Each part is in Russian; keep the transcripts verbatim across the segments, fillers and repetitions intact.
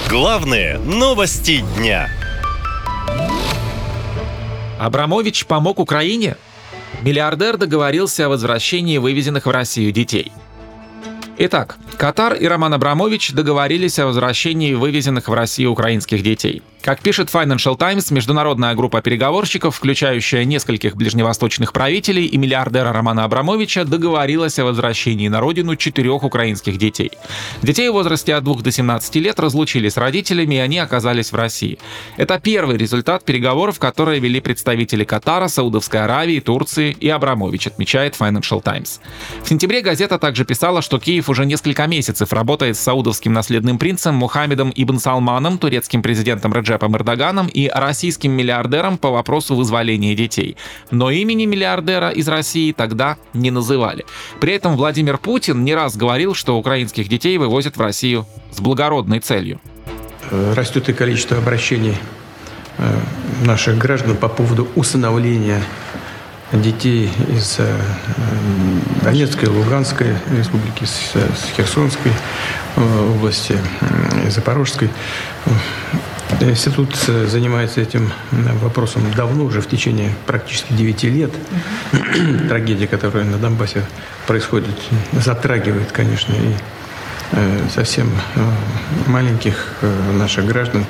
Главные новости дня. Абрамович помог Украине? Миллиардер договорился о возвращении вывезенных в Россию детей. Итак, Катар и Роман Абрамович договорились о возвращении вывезенных в Россию украинских детей. Как пишет Financial Times, международная группа переговорщиков, включающая нескольких ближневосточных правителей и миллиардера Романа Абрамовича, договорилась о возвращении на родину четырех украинских детей. Детей в возрасте от двух до семнадцати лет разлучили с родителями, и они оказались в России. Это первый результат переговоров, которые вели представители Катара, Саудовской Аравии, Турции и Абрамович, отмечает Financial Times. В сентябре газета также писала, что Киев уже несколько месяцев работает с саудовским наследным принцем Мухаммедом ибн Салманом, турецким президентом Реджепом Эрдоганом и российским миллиардером по вопросу вызволения детей. Но имени миллиардера из России тогда не называли. При этом Владимир Путин не раз говорил, что украинских детей вывозят в Россию с благородной целью. Растет и количество обращений наших граждан по поводу усыновления детей из Донецкой, Луганской республики, с Херсонской области, Запорожской. Институт занимается этим вопросом давно, уже в течение практически девяти лет. Трагедия, которая на Донбассе происходит, затрагивает, конечно, и совсем маленьких наших граждан.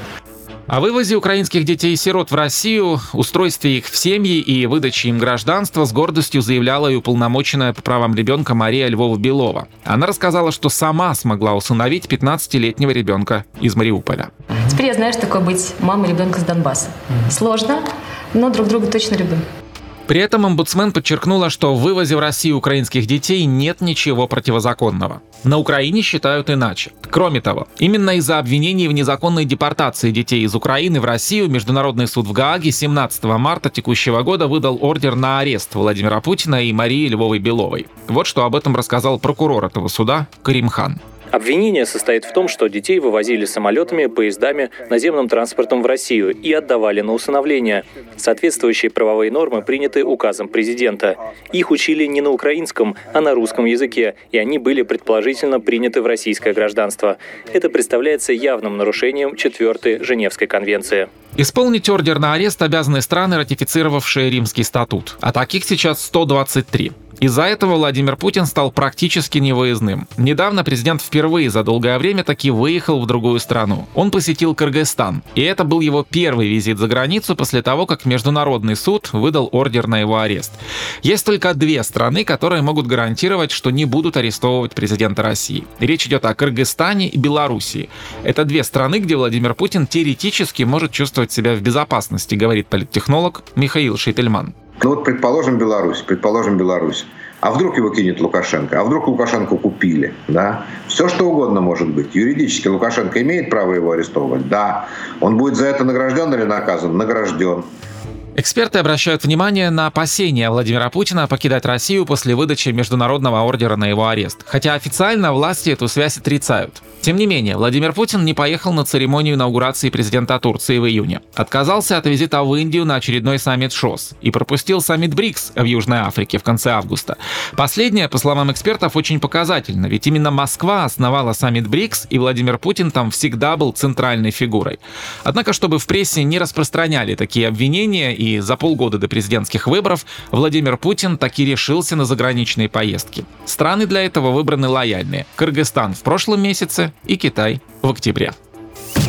О вывозе украинских детей-сирот в Россию, устройстве их в семьи и выдаче им гражданства с гордостью заявляла и уполномоченная по правам ребенка Мария Львова-Белова. Она рассказала, что сама смогла усыновить пятнадцатилетнего ребенка из Мариуполя. Теперь я знаю, что такое быть мамой ребенка с Донбасса. Сложно, но друг друга точно любим. При этом омбудсмен подчеркнула, что в вывозе в Россию украинских детей нет ничего противозаконного. На Украине считают иначе. Кроме того, именно из-за обвинений в незаконной депортации детей из Украины в Россию Международный суд в Гааге семнадцатого марта текущего года выдал ордер на арест Владимира Путина и Марии Львовой-Беловой. Вот что об этом рассказал прокурор этого суда Карим Хан. Обвинение состоит в том, что детей вывозили самолетами, поездами, наземным транспортом в Россию и отдавали на усыновление. Соответствующие правовые нормы приняты указом президента. Их учили не на украинском, а на русском языке, и они были предположительно приняты в российское гражданство. Это представляется явным нарушением четвёртой Женевской конвенции. Исполнить ордер на арест обязаны страны, ратифицировавшие Римский статут. А таких сейчас сто двадцать три. Из-за этого Владимир Путин стал практически невыездным. Недавно президент впервые за долгое время таки выехал в другую страну. Он посетил Кыргызстан. И это был его первый визит за границу после того, как Международный суд выдал ордер на его арест. Есть только две страны, которые могут гарантировать, что не будут арестовывать президента России. Речь идет о Кыргызстане и Белоруссии. Это две страны, где Владимир Путин теоретически может чувствовать себя в безопасности, говорит политтехнолог Михаил Шейтельман. Ну вот, предположим, Беларусь, предположим, Беларусь. А вдруг его кинет Лукашенко? А вдруг Лукашенко купили? Да? Все что угодно может быть. Юридически Лукашенко имеет право его арестовывать? Да. Он будет за это награжден или наказан? Награжден. Эксперты обращают внимание на опасения Владимира Путина покидать Россию после выдачи международного ордера на его арест. Хотя официально власти эту связь отрицают. Тем не менее, Владимир Путин не поехал на церемонию инаугурации президента Турции в июне. Отказался от визита в Индию на очередной саммит ШОС и пропустил саммит БРИКС в Южной Африке в конце августа. Последнее, по словам экспертов, очень показательно, ведь именно Москва основала саммит БРИКС, и Владимир Путин там всегда был центральной фигурой. Однако, чтобы в прессе не распространяли такие обвинения, и за полгода до президентских выборов Владимир Путин таки решился на заграничные поездки. Страны для этого выбраны лояльные. Кыргызстан в прошлом месяце и Китай в октябре.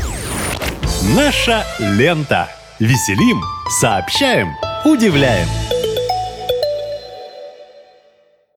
Наша лента. Веселим, сообщаем, удивляем.